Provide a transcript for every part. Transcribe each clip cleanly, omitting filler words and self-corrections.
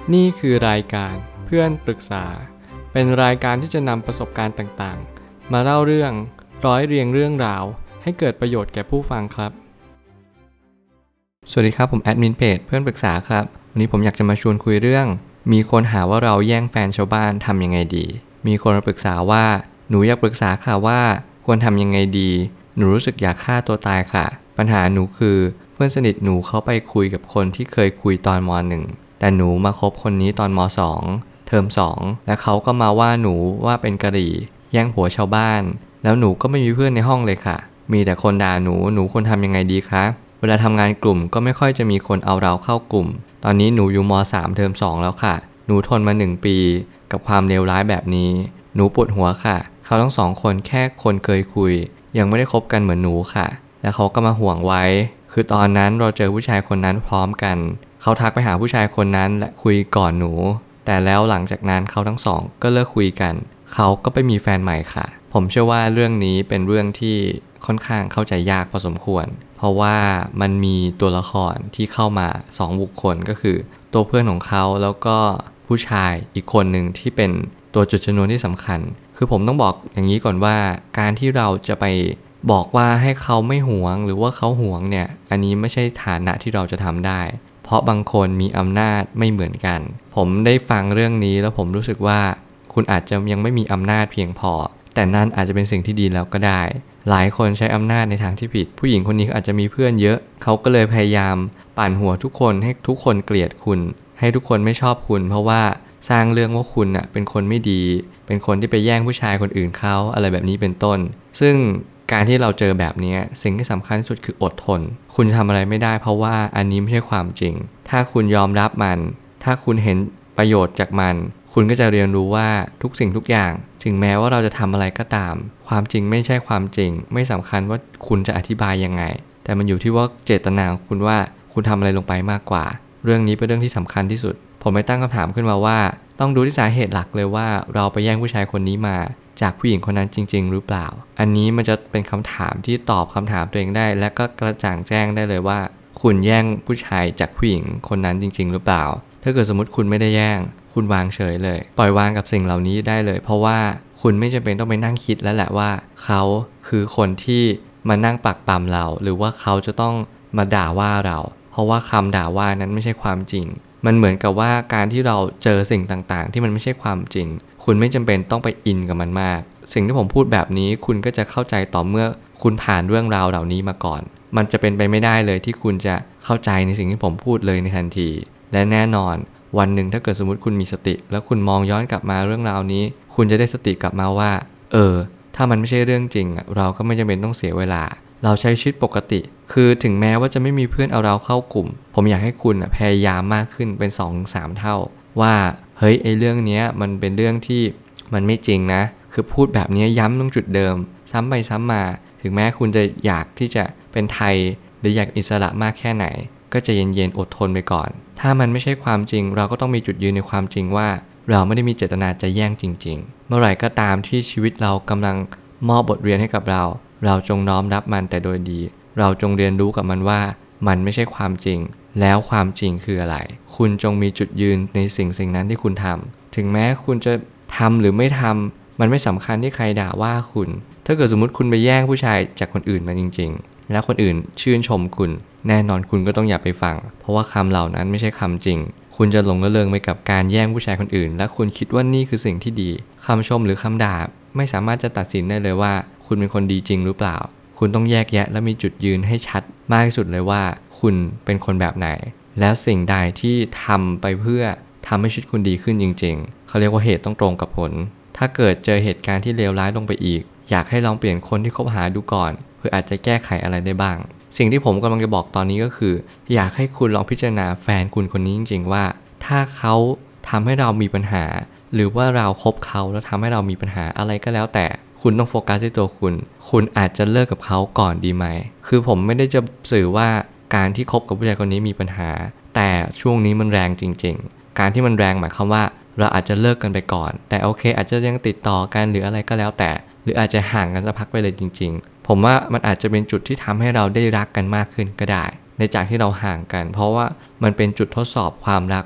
นี่คือรายการเพื่อนปรึกษาเป็นรายการที่จะนำประสบการณ์ต่างๆมาเล่าเรื่องร้อยเรียงเรื่องราวให้เกิดประโยชน์แก่ผู้ฟังครับสวัสดีครับผมแอดมินเพจเพื่อนปรึกษาครับวันนี้ผมอยากจะมาชวนคุยเรื่องมีคนหาว่าเราแย่งแฟนชาวบ้านทำยังไงดีมีคนมาปรึกษาว่าหนูอยากปรึกษาค่ะว่าควรทำยังไงดีหนูรู้สึกอยากฆ่าตัวตายค่ะปัญหาหนูคือเพื่อนสนิทหนูเขาไปคุยกับคนที่เคยคุยตอนม.1แต่หนูมาคบคนนี้ตอนม.2 เทอม2และเขาก็มาว่าหนูว่าเป็นกะหรี่แย่งผัวชาวบ้านแล้วหนูก็ไม่มีเพื่อนในห้องเลยค่ะมีแต่คนด่าหนูควรทำยังไงดีคะเวลาทำงานกลุ่มก็ไม่ค่อยจะมีคนเอาเราเข้ากลุ่มตอนนี้หนูอยู่ม.3 เทอม2แล้วค่ะหนูทนมา1 ปีกับความเลวร้ายแบบนี้หนูปวดหัวค่ะเขาทั้ง2 คนแค่คนเคยคุยยังไม่ได้คบกันเหมือนหนูค่ะและเขาก็มาห่วงไว้คือตอนนั้นเราเจอผู้ชายคนนั้นพร้อมกันเขาทักไปหาผู้ชายคนนั้นและคุยก่อนหนูแต่แล้วหลังจากนั้นเขาทั้งสองก็เลิกคุยกันเขาก็ไปมีแฟนใหม่ค่ะผมเชื่อว่าเรื่องนี้เป็นเรื่องที่ค่อนข้างเข้าใจยากพอสมควรเพราะว่ามันมีตัวละครที่เข้ามา2 บุคคลก็คือตัวเพื่อนของเขาแล้วก็ผู้ชายอีกคนหนึ่งที่เป็นตัวจุดชนวนที่สำคัญคือผมต้องบอกอย่างนี้ก่อนว่าการที่เราจะไปบอกว่าให้เขาไม่หวงหรือว่าเขาหวงเนี่ยอันนี้ไม่ใช่ฐานะที่เราจะทำได้เพราะบางคนมีอำนาจไม่เหมือนกันผมได้ฟังเรื่องนี้แล้วผมรู้สึกว่าคุณอาจจะยังไม่มีอำนาจเพียงพอแต่นั่นอาจจะเป็นสิ่งที่ดีแล้วก็ได้หลายคนใช้อำนาจในทางที่ผิดผู้หญิงคนนี้อาจจะมีเพื่อนเยอะเขาก็เลยพยายามปั่นหัวทุกคนให้ทุกคนเกลียดคุณให้ทุกคนไม่ชอบคุณเพราะว่าสร้างเรื่องว่าคุณเป็นคนไม่ดีเป็นคนที่ไปแย่งผู้ชายคนอื่นเขาอะไรแบบนี้เป็นต้นซึ่งการที่เราเจอแบบนี้สิ่งที่สำคัญที่สุดคืออดทนคุณทำอะไรไม่ได้เพราะว่าอันนี้ไม่ใช่ความจริงถ้าคุณยอมรับมันถ้าคุณเห็นประโยชน์จากมันคุณก็จะเรียนรู้ว่าทุกสิ่งทุกอย่างถึงแม้ว่าเราจะทำอะไรก็ตามความจริงไม่ใช่ความจริงไม่สำคัญว่าคุณจะอธิบายยังไงแต่มันอยู่ที่ว่าเจตนาของคุณว่าคุณทำอะไรลงไปมากกว่าเรื่องนี้เป็นเรื่องที่สำคัญที่สุดผมไม่ตั้งคำถามขึ้นมาว่าต้องดูที่สาเหตุหลักเลยว่าเราไปแย่งผู้ชายคนนี้มาจากผู้หญิงคนนั้นจริงๆหรือเปล่าอันนี้มันจะเป็นคำถามที่ตอบคำถามตัวเองได้และก็กระจ่างแจ้งได้เลยว่าคุณแย่งผู้ชายจากผู้หญิงคนนั้นจริงๆหรือเปล่าถ้าเกิดสมมติคุณไม่ได้แย่งคุณวางเฉยเลยปล่อยวางกับสิ่งเหล่านี้ได้เลยเพราะว่าคุณไม่จำเป็นต้องไปนั่งคิดแล้วแหละว่าเขาคือคนที่มานั่งปักปำเราหรือว่าเขาจะต้องมาด่าว่าเราเพราะว่าคำด่าว่านั้นไม่ใช่ความจริงมันเหมือนกับว่าการที่เราเจอสิ่งต่างๆที่มันไม่ใช่ความจริงคุณไม่จำเป็นต้องไปอินกับมันมากสิ่งที่ผมพูดแบบนี้คุณก็จะเข้าใจต่อเมื่อคุณผ่านเรื่องราวเหล่านี้มาก่อนมันจะเป็นไปไม่ได้เลยที่คุณจะเข้าใจในสิ่งที่ผมพูดเลยในทันทีและแน่นอนวันหนึ่งถ้าเกิดสมมติคุณมีสติแล้วคุณมองย้อนกลับมาเรื่องราวนี้คุณจะได้สติกลับมาว่าถ้ามันไม่ใช่เรื่องจริงเราก็ไม่จำเป็นต้องเสียเวลาเราใช้ชีวิตปกติคือถึงแม้ว่าจะไม่มีเพื่อนเอาเราเข้ากลุ่มผมอยากให้คุณพยายามมากขึ้นเป็น 2-3 เท่าว่าเฮ้ยไอ้เรื่องนี้มันเป็นเรื่องที่มันไม่จริงนะคือพูดแบบนี้ย้ำตรงจุดเดิมซ้ำไปซ้ำมาถึงแม้คุณจะอยากที่จะเป็นไทยหรืออยากอิสระมากแค่ไหนก็จะเย็นๆอดทนไปก่อนถ้ามันไม่ใช่ความจริงเราก็ต้องมีจุดยืนในความจริงว่าเราไม่ได้มีเจตนาจะแย่งจริงๆเมื่อไหร่ก็ตามที่ชีวิตเรากำลังมอบบทเรียนให้กับเราจงน้อมรับมันแต่โดยดีเราจงเรียนรู้กับมันว่ามันไม่ใช่ความจริงแล้วความจริงคืออะไรคุณจงมีจุดยืนในสิ่งนั้นที่คุณทำถึงแม้คุณจะทำหรือไม่ทำมันไม่สำคัญที่ใครด่าว่าคุณถ้าเกิดสมมติคุณไปแย่งผู้ชายจากคนอื่นมาจริงๆแล้วคนอื่นชื่นชมคุณแน่นอนคุณก็ต้องอย่าไปฟังเพราะว่าคำเหล่านั้นไม่ใช่คำจริงคุณจะหลงระเริงไปกับการแย่งผู้ชายคนอื่นและคุณคิดว่านี่คือสิ่งที่ดีคำชมหรือคำด่าไม่สามารถจะตัดสินได้เลยว่าคุณเป็นคนดีจริงหรือเปล่าคุณต้องแยกแยะและมีจุดยืนให้ชัดมากที่สุดเลยว่าคุณเป็นคนแบบไหนแล้วสิ่งใดที่ทำไปเพื่อทำให้ชีวิตคุณดีขึ้นจริงๆเขาเรียกว่าเหตุต้องตรงกับผลถ้าเกิดเจอเหตุการณ์ที่เลวร้ายลงไปอีกอยากให้ลองเปลี่ยนคนที่คบหาดูก่อนเพื่ออาจจะแก้ไขอะไรได้บ้างสิ่งที่ผมกำลังจะบอกตอนนี้ก็คืออยากให้คุณลองพิจารณาแฟนคุณคนนี้จริงๆว่าถ้าเขาทำให้เรามีปัญหาหรือว่าเราคบเขาแล้วทำให้เรามีปัญหาอะไรก็แล้วแต่คุณต้องโฟกัสที่ตัวคุณอาจจะเลิกกับเขาก่อนดีไหมคือผมไม่ได้จะสื่อว่าการที่คบกับผู้ชายคนนี้มีปัญหาแต่ช่วงนี้มันแรงจริงๆการที่มันแรงหมายความว่าเราอาจจะเลิกกันไปก่อนแต่โอเคอาจจะยังติดต่อกันหรืออะไรก็แล้วแต่หรืออาจจะห่างกันสักพักไปเลยจริงๆผมว่ามันอาจจะเป็นจุดที่ทำให้เราได้รักกันมากขึ้นก็ได้ในจากที่เราห่างกันเพราะว่ามันเป็นจุดทดสอบความรักว่า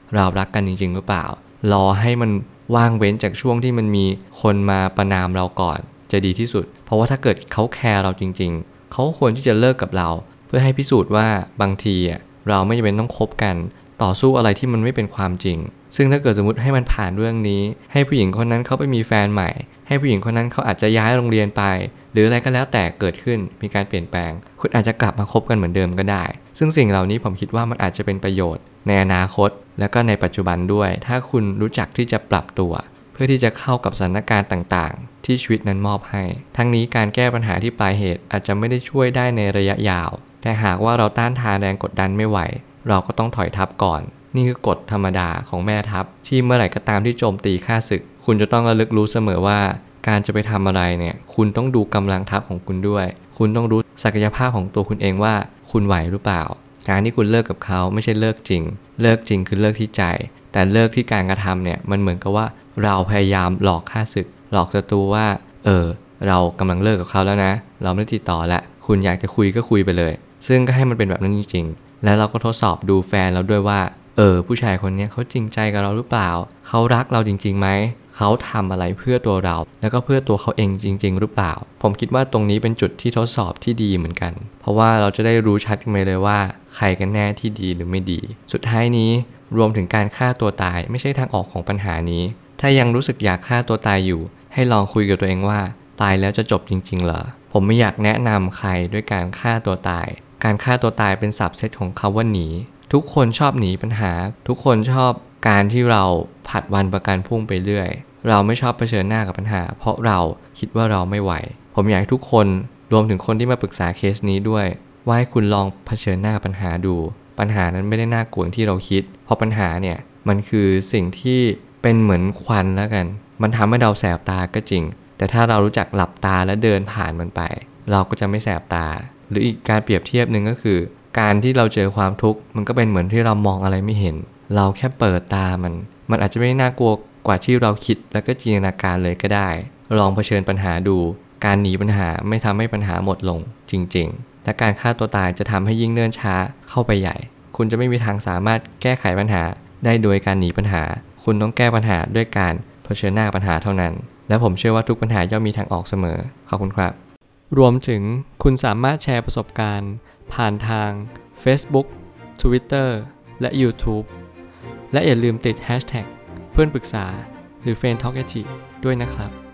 เรารักกันจริงๆหรือเปล่ารอให้มันว่างเว้นจากช่วงที่มันมีคนมาประณามเราก่อนจะดีที่สุดเพราะว่าถ้าเกิดเขาแคร์เราจริงๆเขาควรที่จะเลิกกับเราเพื่อให้พิสูจน์ว่าบางทีเราไม่จำเป็นต้องคบกันต่อสู้อะไรที่มันไม่เป็นความจริงซึ่งถ้าเกิดสมมติให้มันผ่านเรื่องนี้ให้ผู้หญิงคนนั้นเขาไปมีแฟนใหม่ให้ผู้หญิงคนนั้นเขาอาจจะย้ายโรงเรียนไปหรืออะไรก็แล้วแต่เกิดขึ้นมีการเปลี่ยนแปลงคุณอาจจะกลับมาคบกันเหมือนเดิมก็ได้ซึ่งสิ่งเหล่านี้ผมคิดว่ามันอาจจะเป็นประโยชน์ในอนาคตและก็ในปัจจุบันด้วยถ้าคุณรู้จักที่จะปรับตัวเพื่อที่จะเข้ากับสถานการณ์ต่างๆที่ชีวิตนั้นมอบให้ทั้งนี้การแก้ปัญหาที่ปลายเหตุอาจจะไม่ได้ช่วยได้ในระยะยาวแต่หากว่าเราต้านทานแรงกดดันไม่ไหวเราก็ต้องถอยทัพก่อนนี่คือกฎธรรมดาของแม่ทัพที่เมื่อไหร่ก็ตามที่โจมตีข้าศึกคุณจะต้องระลึกรู้เสมอว่าการจะไปทำอะไรเนี่ยคุณต้องดูกำลังทัพของคุณด้วยคุณต้องรู้ศักยภาพของตัวคุณเองว่าคุณไหวหรือเปล่าการที่คุณเลิกกับเขาไม่ใช่เลิกจริงเลิกจริงคือเลิกที่ใจแต่เลิกที่การกระทำเนี่ยมันเหมือนกับว่าเราพยายามหลอกข้าศึกหลอกศัตรูว่าเรากำลังเลิกกับเขาแล้วนะเราไม่ติดต่อละคุณอยากจะคุยก็คุยไปเลยซึ่งก็ให้มันเป็นแบบนั้นจริงๆแล้วเราก็ทดสอบดูแฟนเราด้วยว่าผู้ชายคนนี้เขาจริงใจกับเราหรือเปล่าเขารักเราจริงๆไหมเขาทำอะไรเพื่อตัวเราแล้วก็เพื่อตัวเขาเองจริงๆหรือเปล่าผมคิดว่าตรงนี้เป็นจุดที่ทดสอบที่ดีเหมือนกันเพราะว่าเราจะได้รู้ชัดกันไปเลยว่าใครกันแน่ที่ดีหรือไม่ดีสุดท้ายนี้รวมถึงการฆ่าตัวตายไม่ใช่ทางออกของปัญหานี้ถ้ายังรู้สึกอยากฆ่าตัวตายอยู่ให้ลองคุยกับตัวเองว่าตายแล้วจะจบจริงๆเหรอผมไม่อยากแนะนำใครด้วยการฆ่าตัวตายการฆ่าตัวตายเป็นศัพท์เซตของคำว่าหนีทุกคนชอบหนีปัญหาทุกคนชอบการที่เราผัดวันประกันพรุ่งไปเรื่อยเราไม่ชอบเผชิญหน้ากับปัญหาเพราะเราคิดว่าเราไม่ไหวผมอยากให้ทุกคนรวมถึงคนที่มาปรึกษาเคสนี้ด้วยว่าให้คุณลองเผชิญหน้ากับปัญหาดูปัญหานั้นไม่ได้น่ากลัวที่เราคิดเพราะปัญหาเนี่ยมันคือสิ่งที่เป็นเหมือนควันแล้วกันมันทำให้เราแสบตาก็จริงแต่ถ้าเรารู้จักหลับตาและเดินผ่านมันไปเราก็จะไม่แสบตาหรืออีกการเปรียบเทียบหนึ่งก็คือการที่เราเจอความทุกข์มันก็เป็นเหมือนที่เรามองอะไรไม่เห็นเราแค่เปิดตามันอาจจะไม่น่ากลัวกว่าที่เราคิดแล้วก็จินตนาการเลยก็ได้ลองเผชิญปัญหาดูการหนีปัญหาไม่ทำให้ปัญหาหมดลงจริงๆและการฆ่าตัวตายจะทำให้ยิ่งเนิ่นช้าเข้าไปใหญ่คุณจะไม่มีทางสามารถแก้ไขปัญหาได้โดยการหนีปัญหาคุณต้องแก้ปัญหาด้วยการเผชิญหน้าปัญหาเท่านั้นและผมเชื่อว่าทุกปัญหาย่อมมีทางออกเสมอขอบคุณครับรวมถึงคุณสามารถแชร์ประสบการณ์ผ่านทาง Facebook Twitter และ YouTube และอย่าลืมติด Hashtag เพื่อนปรึกษาหรือ Friend Talkative ด้วยนะครับ